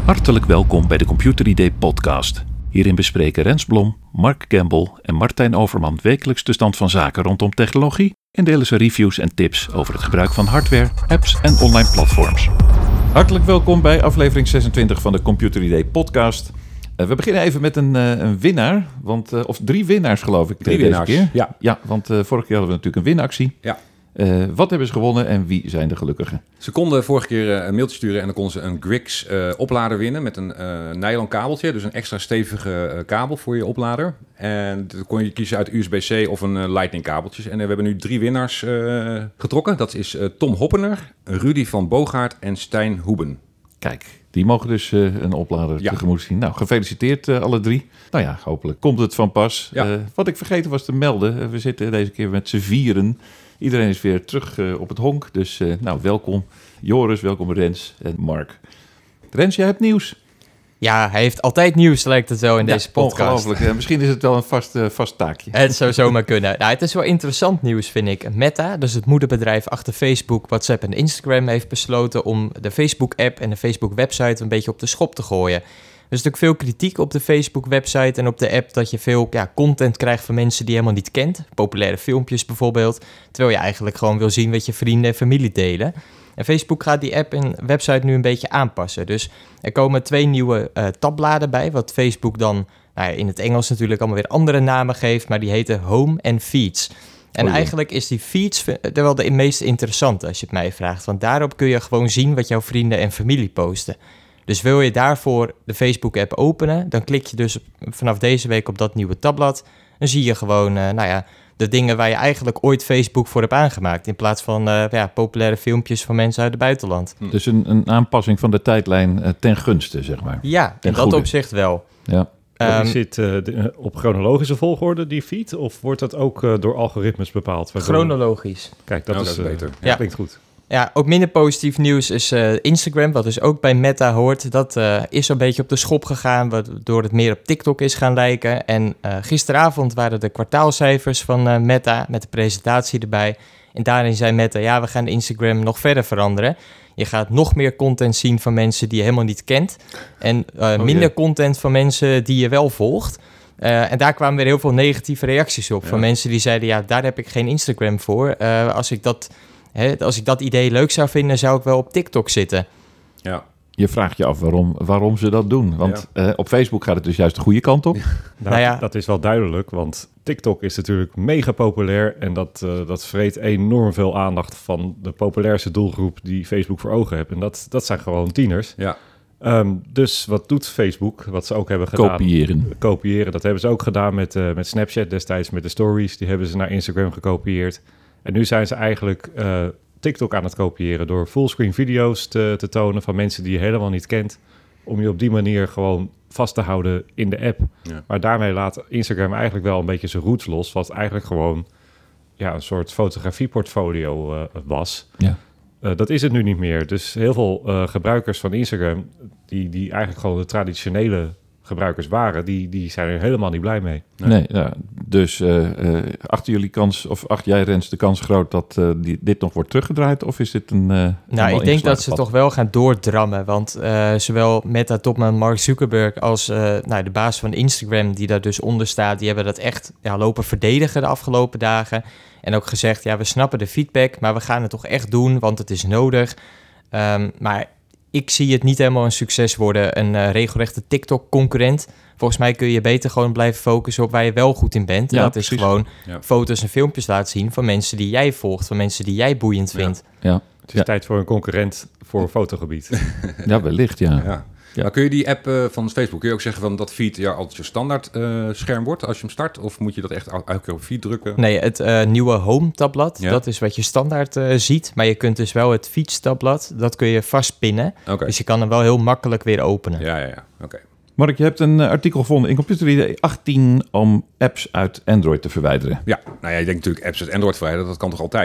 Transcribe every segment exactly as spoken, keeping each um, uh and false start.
Hartelijk welkom bij de Computer I D podcast. Hierin bespreken Rens Blom, Mark Campbell en Martijn Overman wekelijks de stand van zaken rondom technologie en delen ze reviews en tips over het gebruik van hardware, apps en online platforms. Hartelijk welkom bij aflevering zesentwintig van de Computer I D podcast. Uh, we beginnen even met een, uh, een winnaar, want, uh, of drie winnaars geloof ik drie deze winnaars. keer. Ja. ja, want uh, vorige keer hadden we natuurlijk een winactie. Ja. Uh, wat hebben ze gewonnen en wie zijn de gelukkigen? Ze konden vorige keer uh, een mailtje sturen en dan konden ze een Grix uh, oplader winnen met een uh, nylon kabeltje. Dus een extra stevige uh, kabel voor je oplader. En dan kon je kiezen uit U S B C of een uh, lightning kabeltjes. En uh, we hebben nu drie winnaars uh, getrokken. Dat is uh, Tom Hoppener, Rudy van Boogaard en Stijn Hoeben. Kijk, die mogen dus uh, een oplader ja. tegemoet zien. Nou, gefeliciteerd uh, alle drie. Nou ja, hopelijk komt het van pas. Ja. Uh, wat ik vergeten was te melden, uh, we zitten deze keer met z'n vieren. Iedereen is weer terug uh, op het honk, dus uh, nou, welkom Joris, welkom Rens en Mark. Rens, jij hebt nieuws. Ja, hij heeft altijd nieuws, lijkt het zo in ja, deze podcast. Ongelooflijk, uh, misschien is het wel een vast, uh, vast taakje. Het zou zomaar kunnen. Nou, het is wel interessant nieuws, vind ik. Meta, dus het moederbedrijf achter Facebook, WhatsApp en Instagram, heeft besloten om de Facebook-app en de Facebook-website een beetje op de schop te gooien. Er is natuurlijk veel kritiek op de Facebook-website en op de app dat je veel ja, content krijgt van mensen die je helemaal niet kent. Populaire filmpjes bijvoorbeeld. Terwijl je eigenlijk gewoon wil zien wat je vrienden en familie delen. En Facebook gaat die app en website nu een beetje aanpassen. Dus er komen twee nieuwe uh, tabbladen bij, wat Facebook dan nou ja, in het Engels natuurlijk allemaal weer andere namen geeft. Maar die heten Home en Feeds. En oh, ja. eigenlijk is die Feeds wel de meest interessante als je het mij vraagt. Want daarop kun je gewoon zien wat jouw vrienden en familie posten. Dus wil je daarvoor de Facebook-app openen, dan klik je dus vanaf deze week op dat nieuwe tabblad. Dan zie je gewoon, uh, nou ja, de dingen waar je eigenlijk ooit Facebook voor hebt aangemaakt. In plaats van uh, ja, populaire filmpjes van mensen uit het buitenland. Dus een, een aanpassing van de tijdlijn uh, ten gunste, zeg maar. Ja, in dat opzicht wel. Ja. Um, Zit uh, de, op chronologische volgorde die feed? Of wordt dat ook uh, door algoritmes bepaald? Chronologisch. Kijk, dat, nou, is, dat is beter. Uh, ja, klinkt goed. Ja, ook minder positief nieuws is uh, Instagram, wat dus ook bij Meta hoort. Dat uh, is een beetje op de schop gegaan, waardoor het meer op TikTok is gaan lijken. En uh, gisteravond waren de kwartaalcijfers van uh, Meta met de presentatie erbij. En daarin zei Meta, ja, we gaan Instagram nog verder veranderen. Je gaat nog meer content zien van mensen die je helemaal niet kent. En uh, oh, minder yeah. content van mensen die je wel volgt. Uh, en daar kwamen weer heel veel negatieve reacties op. Ja. Van mensen die zeiden, ja, daar heb ik geen Instagram voor. Uh, als ik dat... He, als ik dat idee leuk zou vinden, zou ik wel op TikTok zitten. Ja. Je vraagt je af waarom, waarom ze dat doen. Want ja. uh, op Facebook gaat het dus juist de goede kant op. Ja. Nou, nou ja. Dat is wel duidelijk, want TikTok is natuurlijk mega populair. En dat, uh, dat vreet enorm veel aandacht van de populairste doelgroep die Facebook voor ogen heeft. En dat, dat zijn gewoon tieners. Ja. Um, dus wat doet Facebook? Wat ze ook hebben gedaan. Kopiëren. Kopiëren. Dat hebben ze ook gedaan met, uh, met Snapchat destijds, met de stories. Die hebben ze naar Instagram gekopieerd. En nu zijn ze eigenlijk uh, TikTok aan het kopiëren door fullscreen video's te, te tonen van mensen die je helemaal niet kent. Om je op die manier gewoon vast te houden in de app. Ja. Maar daarmee laat Instagram eigenlijk wel een beetje zijn roots los. Wat eigenlijk gewoon ja, een soort fotografieportfolio uh, was. Ja. Uh, dat is het nu niet meer. Dus heel veel uh, gebruikers van Instagram, die, die eigenlijk gewoon de traditionele gebruikers waren, die, die zijn er helemaal niet blij mee. Nee, nee ja, dus uh, uh, achter jullie kans, of acht jij Rens de kans groot dat uh, die, dit nog wordt teruggedraaid, of is dit een... Uh, nou, ik denk dat ze toch wel gaan doordrammen, want uh, zowel Meta-topman Mark Zuckerberg als uh, nou, de baas van Instagram, die daar dus onder staat, die hebben dat echt ja, lopen verdedigen de afgelopen dagen. En ook gezegd, ja, we snappen de feedback, maar we gaan het toch echt doen, want het is nodig. Um, maar ik zie het niet helemaal een succes worden, een uh, regelrechte TikTok-concurrent. Volgens mij kun je beter gewoon blijven focussen op waar je wel goed in bent. Ja, dat precies. Is gewoon ja. foto's en filmpjes laten zien van mensen die jij volgt, van mensen die jij boeiend vindt. Ja. Ja. Het is ja. tijd voor een concurrent voor een fotogebied. Ja, wellicht, ja. ja. Ja. Maar kun je die app uh, van Facebook, kun je ook zeggen van dat feed ja, altijd je standaard uh, scherm wordt als je hem start? Of moet je dat echt elke keer op feed drukken? Nee, het uh, nieuwe Home tabblad, ja. dat is wat je standaard uh, ziet. Maar je kunt dus wel het Feeds tabblad, dat kun je vastpinnen. Okay. Dus je kan hem wel heel makkelijk weer openen. Ja, ja, ja. Oké. Okay. Mark, je hebt een artikel gevonden in Computer I D achttien om apps uit Android te verwijderen. Ja, nou ja, je denkt natuurlijk apps uit Android verwijderen, dat kan toch altijd?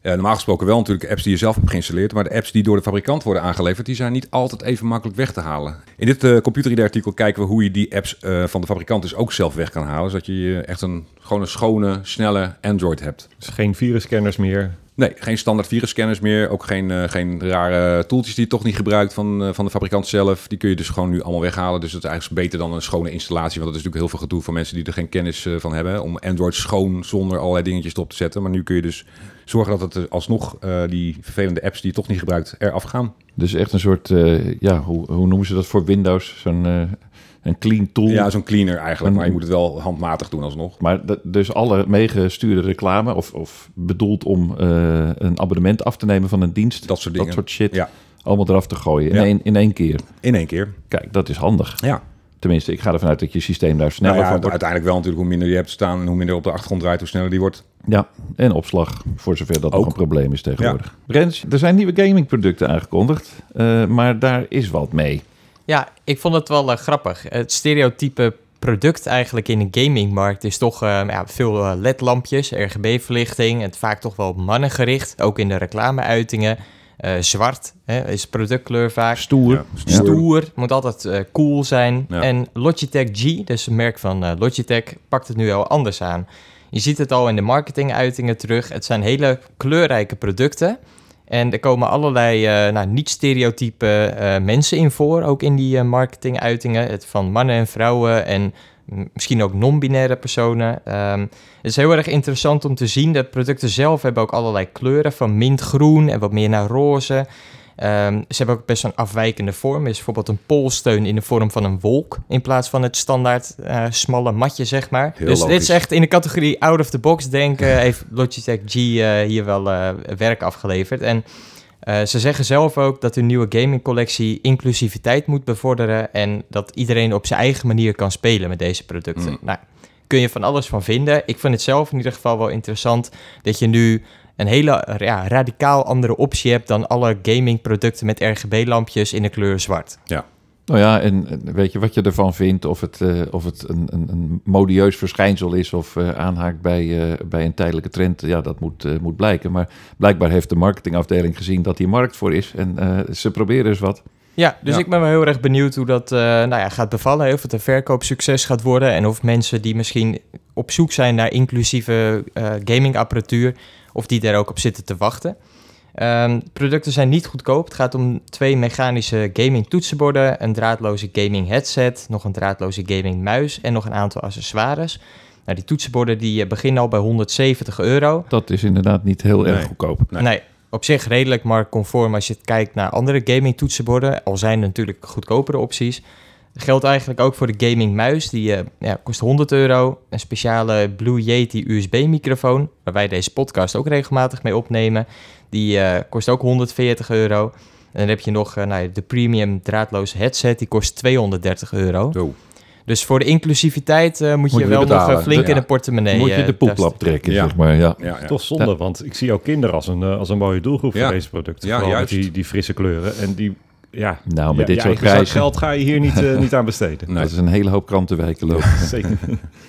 Uh, normaal gesproken wel natuurlijk apps die je zelf hebt geïnstalleerd, maar de apps die door de fabrikant worden aangeleverd, die zijn niet altijd even makkelijk weg te halen. In dit uh, computer-artikel kijken we hoe je die apps uh, van de fabrikant dus ook zelf weg kan halen, zodat je uh, echt een, gewoon een schone, snelle Android hebt. Dus geen virusscanners meer? Nee, geen standaard virusscanners meer. Ook geen, uh, geen rare tooltjes die je toch niet gebruikt van, uh, van de fabrikant zelf. Die kun je dus gewoon nu allemaal weghalen. Dus dat is eigenlijk beter dan een schone installatie. Want dat is natuurlijk heel veel gedoe voor mensen die er geen kennis uh, van hebben. Om Android schoon zonder allerlei dingetjes erop te zetten. Maar nu kun je dus zorgen dat het alsnog uh, die vervelende apps die je toch niet gebruikt eraf gaan. Dus echt een soort, uh, ja, hoe, hoe noemen ze dat voor Windows? Zo'n uh, een clean tool. Ja, zo'n cleaner eigenlijk. Een, maar je moet het wel handmatig doen alsnog. Maar d- dus alle meegestuurde reclame of, of bedoeld om uh, een abonnement af te nemen van een dienst. Dat soort dingen. Dat soort shit. Ja. Allemaal eraf te gooien in, Ja. één, in één keer. In één keer. Kijk, dat is handig. Ja. Tenminste, ik ga ervan uit dat je systeem daar sneller Nou ja, van wordt. uiteindelijk wel natuurlijk hoe minder je hebt staan en hoe minder op de achtergrond draait, hoe sneller die wordt. Ja, en opslag, voor zover dat Ook. nog een probleem is tegenwoordig. Rens, er zijn nieuwe gamingproducten aangekondigd, uh, maar daar is wat mee. Ja, ik vond het wel uh, grappig. Het stereotype product eigenlijk in de gamingmarkt is toch uh, ja, veel uh, L E D-lampjes, R G B-verlichting. Het vaak toch wel op mannen gericht, ook in de reclameuitingen. Uh, zwart hè, is productkleur vaak. Stoer. Ja, Ja. Stoer, moet altijd uh, cool zijn. Ja. En Logitech G, dus een merk van uh, Logitech, pakt het nu al anders aan. Je ziet het al in de marketinguitingen terug. Het zijn hele kleurrijke producten. En er komen allerlei uh, nou, niet-stereotype uh, mensen in voor, ook in die uh, marketinguitingen. Het van mannen en vrouwen en m- misschien ook non-binaire personen. Um, het is heel erg interessant om te zien. De producten zelf hebben ook allerlei kleuren, van mintgroen en wat meer naar roze. Um, ze hebben ook best een afwijkende vorm. Er is bijvoorbeeld een polsteun in de vorm van een wolk, in plaats van het standaard uh, smalle matje, zeg maar. Heel dus logisch. dit is echt in de categorie out of the box denken. Heeft Logitech G uh, hier wel uh, werk afgeleverd. En uh, ze zeggen zelf ook dat hun nieuwe gamingcollectie inclusiviteit moet bevorderen en dat iedereen op zijn eigen manier kan spelen met deze producten. Mm. Nou, kun je van alles van vinden. Ik vind het zelf in ieder geval wel interessant dat je nu een hele ja, radicaal andere optie hebt dan alle gamingproducten met R G B-lampjes in de kleur zwart. Nou ja, en en weet je wat je ervan vindt? Of het, uh, of het een, een, een modieus verschijnsel is of uh, aanhaakt bij, uh, bij een tijdelijke trend. Ja, dat moet, uh, moet blijken. Maar blijkbaar heeft de marketingafdeling gezien dat hier markt voor is. En uh, ze proberen eens wat. Ja, dus Ja. ik ben wel heel erg benieuwd hoe dat uh, nou ja, gaat bevallen. Of het een verkoopsucces gaat worden. En of mensen die misschien op zoek zijn naar inclusieve uh, gamingapparatuur, of die daar ook op zitten te wachten. Um, producten zijn niet goedkoop. Het gaat om twee mechanische gaming toetsenborden, een draadloze gaming headset, nog een draadloze gaming muis en nog een aantal accessoires. Nou, die toetsenborden die uh, beginnen al bij honderdzeventig euro. Dat is inderdaad niet heel erg Nee. goedkoop. Nee. Nee, op zich redelijk marktconform als je het kijkt naar andere gaming toetsenborden. Al zijn er natuurlijk goedkopere opties. Dat geldt eigenlijk ook voor de gaming muis. Die uh, ja, kost honderd euro. Een speciale Blue Yeti U S B-microfoon, waar wij deze podcast ook regelmatig mee opnemen. Die uh, kost ook honderdveertig euro. En dan heb je nog uh, nou, ja, de premium draadloze headset. Die kost tweehonderddertig euro. Zo. Dus voor de inclusiviteit uh, moet, Moet je je wel nog betalen. uh, flink Ja. in de portemonnee. Moet je uh, de poeplap tasten. trekken, Ja. zeg maar. Ja. Ja, ja. Toch zonde, want ik zie ook kinderen als een, uh, als een mooie doelgroep Ja. voor deze producten. Ja, Vooral juist. met die, die frisse kleuren. En die, ja, Nou, met ja, dit je soort eigen zak prijzen. geld ga je hier niet, uh, niet aan besteden. Nee. Dat is een hele hoop krantenwijken lopen. Zeker.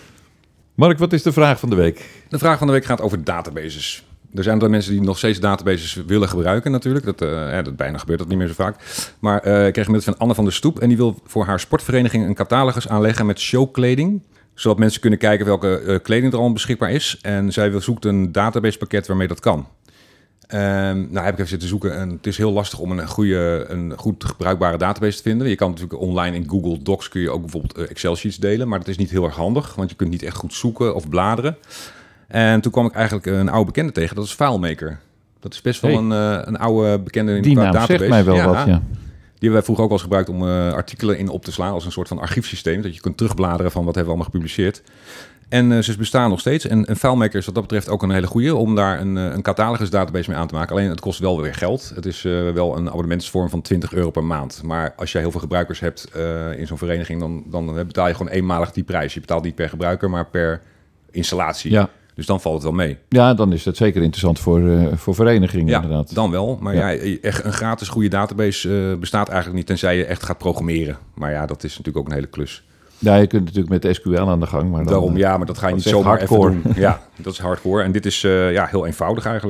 Mark, wat is de vraag van de week? De vraag van de week gaat over databases. Er zijn er mensen die nog steeds databases willen gebruiken natuurlijk. Dat, uh, ja, dat bijna gebeurt dat niet meer zo vaak. Maar uh, ik kreeg een mail van Anne van der Stoep. En die wil voor haar sportvereniging een catalogus aanleggen met showkleding. Zodat mensen kunnen kijken welke uh, kleding er al beschikbaar is. En zij wil zoekt een databasepakket waarmee dat kan. Um, nou heb ik even zitten zoeken. En het is heel lastig om een, goede, een goed gebruikbare database te vinden. Je kan natuurlijk online in Google Docs kun je ook bijvoorbeeld uh, Excel sheets delen. Maar dat is niet heel erg handig. Want je kunt niet echt goed zoeken of bladeren. En toen kwam ik eigenlijk een oude bekende tegen. Dat is FileMaker. Dat is best wel Hey. een, uh, een oude bekende in Die qua naam database. zegt mij wel Ja, wat, ja. Die hebben wij vroeger ook wel eens gebruikt om uh, artikelen in op te slaan. Als een soort van archiefsysteem. Dat je kunt terugbladeren van wat hebben we allemaal gepubliceerd. En uh, ze bestaan nog steeds. En, en FileMaker is wat dat betreft ook een hele goede om daar een, uh, een catalogus database mee aan te maken. Alleen het kost wel weer geld. Het is uh, wel een abonnementsvorm van twintig euro per maand. Maar als jij heel veel gebruikers hebt uh, in zo'n vereniging, dan, dan betaal je gewoon eenmalig die prijs. Je betaalt niet per gebruiker, maar per installatie. Ja. Dus dan valt het wel mee. Ja, dan is dat zeker interessant voor, uh, voor verenigingen Ja, inderdaad. dan wel. Maar Ja. ja. echt een gratis goede database uh, bestaat eigenlijk niet, tenzij je echt gaat programmeren. Maar ja, dat is natuurlijk ook een hele klus. Ja, je kunt natuurlijk met S Q L aan de gang. Maar dan, Daarom, uh, ja, maar dat ga je dat niet is echt zomaar hardcore. even doen. Ja, dat is hardcore. En dit is uh, ja, heel eenvoudig eigenlijk.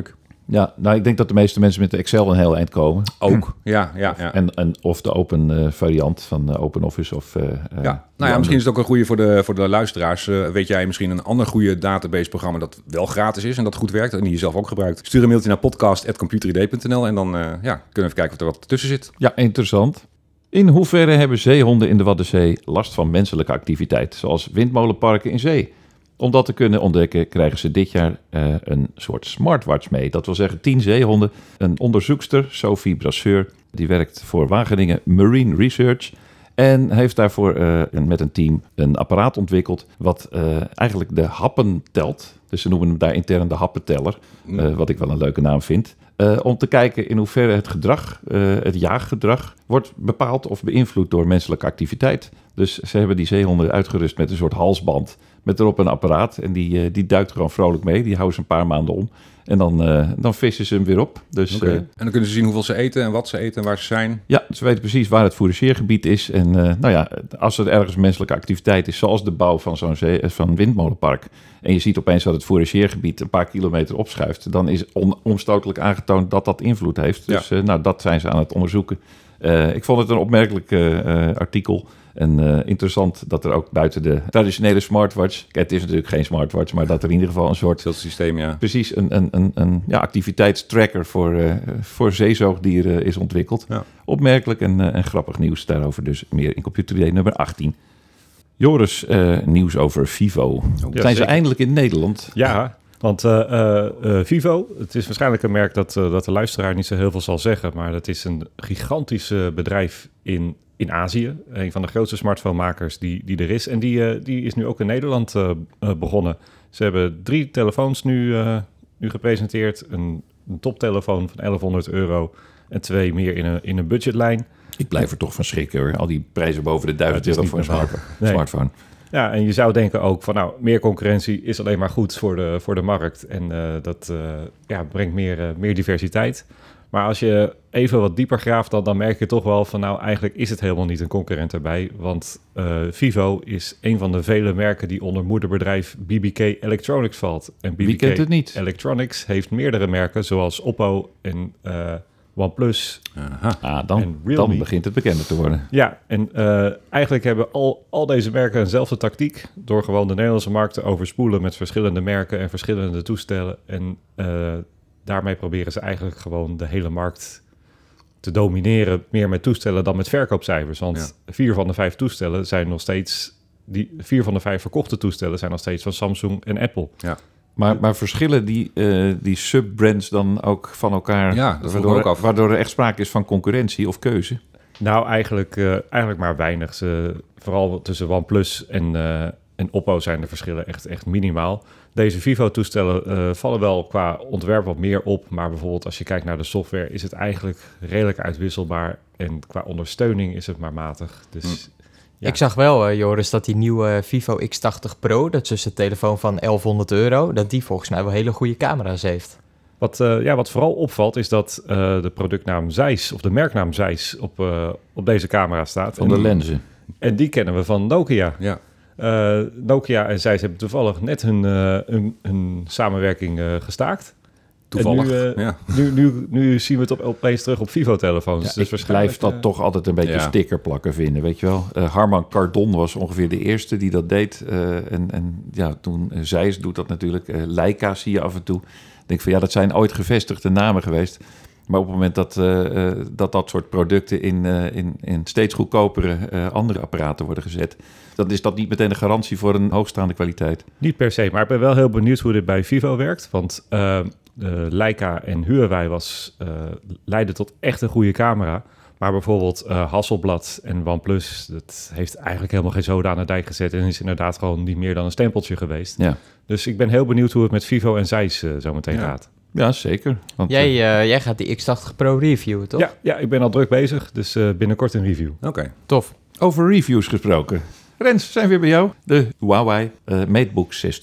Ja, nou, ik denk dat de meeste mensen met Excel een heel eind komen. Ook, ja. ja, ja. En, en of de open uh, variant van uh, OpenOffice of... Uh, ja. Nou ja, misschien is het ook een goede voor de, voor de luisteraars. Uh, weet jij misschien een ander goede database-programma dat wel gratis is en dat goed werkt en die je zelf ook gebruikt? Stuur een mailtje naar podcast punt computerid punt n l en dan uh, ja, kunnen we even kijken of er wat tussen zit. Ja, interessant. In hoeverre hebben zeehonden in de Waddenzee last van menselijke activiteit, zoals windmolenparken in zee? Om dat te kunnen ontdekken krijgen ze dit jaar uh, een soort smartwatch mee. Dat wil zeggen tien zeehonden. Een onderzoekster, Sophie Brasseur, die werkt voor Wageningen Marine Research en heeft daarvoor uh, met een team een apparaat ontwikkeld wat uh, eigenlijk de happen telt. Dus ze noemen hem daar intern de happenteller, uh, wat ik wel een leuke naam vind. Uh, om te kijken in hoeverre het gedrag, uh, het jaaggedrag, wordt bepaald of beïnvloed door menselijke activiteit. Dus ze hebben die zeehonden uitgerust met een soort halsband met erop een apparaat. En die, uh, die duikt gewoon vrolijk mee. Die houden ze een paar maanden om. En dan, uh, dan vissen ze hem weer op. Dus, okay. uh, en dan kunnen ze zien hoeveel ze eten en wat ze eten en waar ze zijn. Ja, ze weten precies waar het fourageergebied is. En uh, nou ja, als er ergens menselijke activiteit is, zoals de bouw van zo'n zee, van een windmolenpark, en je ziet opeens dat het fourageergebied een paar kilometer opschuift, dan is onomstotelijk aangetoond dat dat invloed heeft. Dus ja. uh, nou, dat zijn ze aan het onderzoeken. Uh, ik vond het een opmerkelijk uh, uh, artikel. En uh, interessant dat er ook buiten de traditionele smartwatch, het is natuurlijk geen smartwatch, maar dat er in ieder geval een soort dat systeem, ja. Precies een, een, een, een ja, activiteitstracker voor, uh, voor zeezoogdieren is ontwikkeld. Ja. Opmerkelijk en, uh, en grappig nieuws daarover, dus meer in Computer Idee nummer achttien. Joris, uh, nieuws over Vivo. Oh, zijn ja, ze zeker. Eindelijk in Nederland? Ja, want uh, uh, uh, Vivo, het is waarschijnlijk een merk dat, uh, dat de luisteraar niet zo heel veel zal zeggen, maar dat is een gigantisch uh, bedrijf in In Azië, een van de grootste smartphonemakers die, die er is. En die, uh, die is nu ook in Nederland uh, uh, begonnen. Ze hebben drie telefoons nu, uh, nu gepresenteerd. Een, een toptelefoon van elfhonderd euro en twee meer in een, in een budgetlijn. Ik blijf er toch van schrikken hoor. Al die prijzen boven de duizend euro voor een smartphone. Nee. smartphone. Ja, en je zou denken ook van nou, meer concurrentie is alleen maar goed voor de, voor de markt. En uh, dat uh, ja, brengt meer, uh, meer diversiteit. Maar als je even wat dieper graaft, dan, dan merk je toch wel van nou, eigenlijk is het helemaal niet een concurrent erbij. Want uh, Vivo is een van de vele merken die onder moederbedrijf B B K Electronics valt. En B B K Wie kent het niet? Electronics heeft meerdere merken zoals Oppo en uh, OnePlus. Aha. Ah, dan, dan begint het bekender te worden. Ja, en uh, eigenlijk hebben al, al deze merken eenzelfde tactiek door gewoon de Nederlandse markt te overspoelen met verschillende merken en verschillende toestellen. En uh, daarmee proberen ze eigenlijk gewoon de hele markt te domineren, meer met toestellen dan met verkoopcijfers. Want ja. vier van de vijf toestellen zijn nog steeds, die vier van de vijf verkochte toestellen zijn nog steeds van Samsung en Apple. Ja. Maar, maar verschillen die, uh, die subbrands dan ook van elkaar, ja, dat waardoor, ook af. waardoor er echt sprake is van concurrentie of keuze? Nou, eigenlijk, uh, eigenlijk maar weinig. Ze, vooral tussen OnePlus en, uh, en Oppo zijn de verschillen echt, echt minimaal. Deze Vivo-toestellen uh, vallen wel qua ontwerp wat meer op. Maar bijvoorbeeld als je kijkt naar de software is het eigenlijk redelijk uitwisselbaar. En qua ondersteuning is het maar matig. Dus, hm. ja. Ik zag wel, uh, Joris, dat die nieuwe Vivo X tachtig Pro, dat is dus een telefoon van elfhonderd euro, dat die volgens mij wel hele goede camera's heeft. Wat, uh, ja, wat vooral opvalt is dat uh, de productnaam Zeiss, of de merknaam Zeiss, op, uh, op deze camera staat. Van de lenzen. En die kennen we van Nokia. Ja. Uh, Nokia en Zeiss hebben toevallig net hun, uh, hun, hun samenwerking uh, gestaakt. Toevallig, nu, uh, ja. Nu, nu, nu zien we het op, opeens terug op Vivo-telefoons. Ja, dus ik blijf dat uh, toch altijd een beetje ja. sticker plakken vinden, weet je wel. Uh, Harman Kardon was ongeveer de eerste die dat deed. Uh, en, en ja, toen uh, Zeiss doet dat natuurlijk. Uh, Leica zie je af en toe. Ik denk van ja, dat zijn ooit gevestigde namen geweest. Maar op het moment dat uh, uh, dat, dat soort producten in, uh, in, in steeds goedkopere uh, andere apparaten worden gezet, dan is dat niet meteen een garantie voor een hoogstaande kwaliteit. Niet per se, maar ik ben wel heel benieuwd hoe dit bij Vivo werkt. Want uh, uh, Leica en Huawei was, uh, leidden tot echt een goede camera. Maar bijvoorbeeld uh, Hasselblad en OnePlus, dat heeft eigenlijk helemaal geen zoden aan de dijk gezet. En is inderdaad gewoon niet meer dan een stempeltje geweest. Ja. Dus ik ben heel benieuwd hoe het met Vivo en Zeiss uh, zo meteen ja. gaat. Ja, zeker. Want, jij, uh, jij gaat die X tachtig Pro reviewen, toch? Ja, ja, ik ben al druk bezig, dus uh, binnenkort een review. Oké. Okay. Tof. Over reviews gesproken. Rens, zijn we weer bij jou. De Huawei uh, MateBook zestien.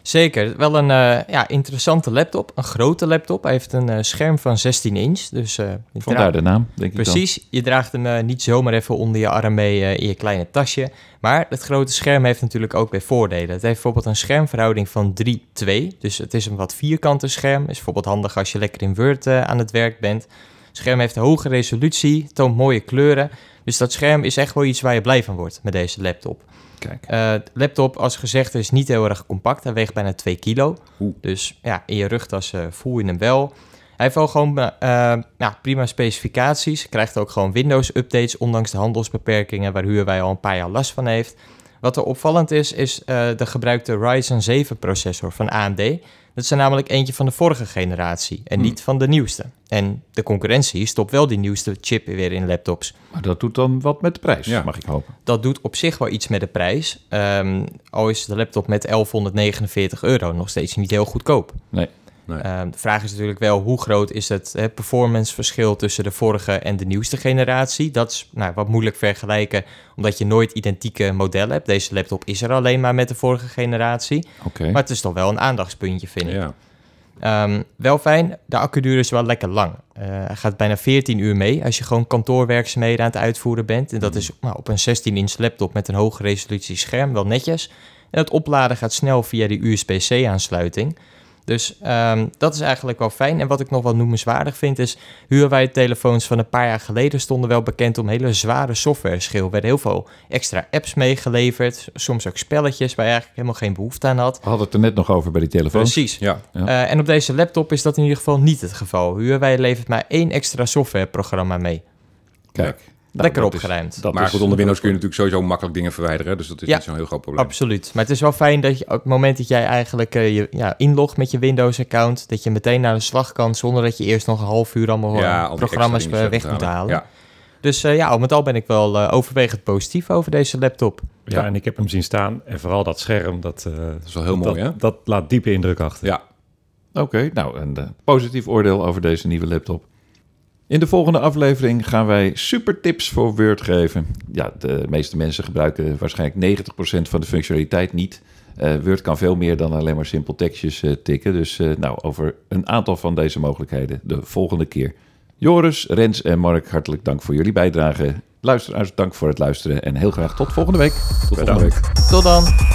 Zeker, wel een uh, ja, interessante laptop, een grote laptop. Hij heeft een uh, scherm van zestien inch. Dus, uh, Vandaar de naam, denk ik dan. Precies, je draagt hem uh, niet zomaar even onder je arm mee uh, in je kleine tasje. Maar het grote scherm heeft natuurlijk ook weer voordelen. Het heeft bijvoorbeeld een schermverhouding van drie twee. Dus het is een wat vierkante scherm. Is bijvoorbeeld handig als je lekker in Word uh, aan het werk bent. Het scherm heeft hoge resolutie, toont mooie kleuren. Dus dat scherm is echt wel iets waar je blij van wordt met deze laptop. Kijk. Uh, de laptop, als gezegd, is niet heel erg compact. Hij weegt bijna twee kilo. Oeh. Dus ja, in je rugtas uh, voel je hem wel. Hij heeft wel gewoon uh, ja, prima specificaties. Krijgt ook gewoon Windows-updates, ondanks de handelsbeperkingen waar Huawei al een paar jaar last van heeft. Wat er opvallend is, is uh, de gebruikte Ryzen zeven processor van A M D. Dat is er namelijk eentje van de vorige generatie en Hmm. niet van de nieuwste. En de concurrentie stopt wel die nieuwste chip weer in laptops. Maar dat doet dan wat met de prijs, Ja. mag ik hopen. Dat doet op zich wel iets met de prijs. Um, al is de laptop met elfhonderdnegenenveertig euro nog steeds niet heel goedkoop. Nee. Nee. Um, de vraag is natuurlijk wel, hoe groot is het hè, performanceverschil tussen de vorige en de nieuwste generatie? Dat is nou, wat moeilijk vergelijken, omdat je nooit identieke modellen hebt. Deze laptop is er alleen maar met de vorige generatie. Oké. Maar het is toch wel een aandachtspuntje, vind ik. Ja. Um, wel fijn, de accuduur is wel lekker lang. Uh, hij gaat bijna veertien uur mee als je gewoon kantoorwerkzaamheden aan het uitvoeren bent. En dat is nou, op een zestien inch laptop met een hoge resolutie scherm wel netjes. En het opladen gaat snel via die U S B C aansluiting. Dus um, dat is eigenlijk wel fijn. En wat ik nog wel noemenswaardig vind is, Huawei-telefoons van een paar jaar geleden stonden wel bekend om hele zware software-schil. Er werden heel veel extra apps meegeleverd, soms ook spelletjes waar je eigenlijk helemaal geen behoefte aan had. We hadden het er net nog over bij die telefoon. Precies. Ja. Ja. Uh, en op deze laptop is dat in ieder geval niet het geval. Huawei levert maar één extra softwareprogramma mee. Kijk. Nou, Lekker dat is- opgeruimd. dat Maar is- goed, onder Windows kun je natuurlijk sowieso makkelijk dingen verwijderen. Dus dat is Ja. niet zo'n heel groot probleem. Absoluut. Maar het is wel fijn dat je op het moment dat jij eigenlijk uh, je ja, inlogt met je Windows-account, dat je meteen naar de slag kan zonder dat je eerst nog een half uur allemaal Ja, uh, al die programma's extra uh, dingetjes weg moet halen. Ja. Dus uh, ja, al met al ben ik wel uh, overwegend positief over deze laptop. Ja, Ja. en ik heb hem zien staan. En vooral dat scherm, dat, uh, Dat is wel heel mooi, dat, hè? dat laat diepe indruk achter. Ja. Oké, nou, een uh, positief oordeel over deze nieuwe laptop. In de volgende aflevering gaan wij super tips voor Word geven. Ja, de meeste mensen gebruiken waarschijnlijk negentig procent van de functionaliteit niet. Uh, Word kan veel meer dan alleen maar simpel tekstjes uh, tikken. Dus uh, nou, over een aantal van deze mogelijkheden de volgende keer. Joris, Rens en Mark, hartelijk dank voor jullie bijdrage. Luisteraars, dank voor het luisteren en heel graag tot volgende week. Tot volgende week. Tot dan!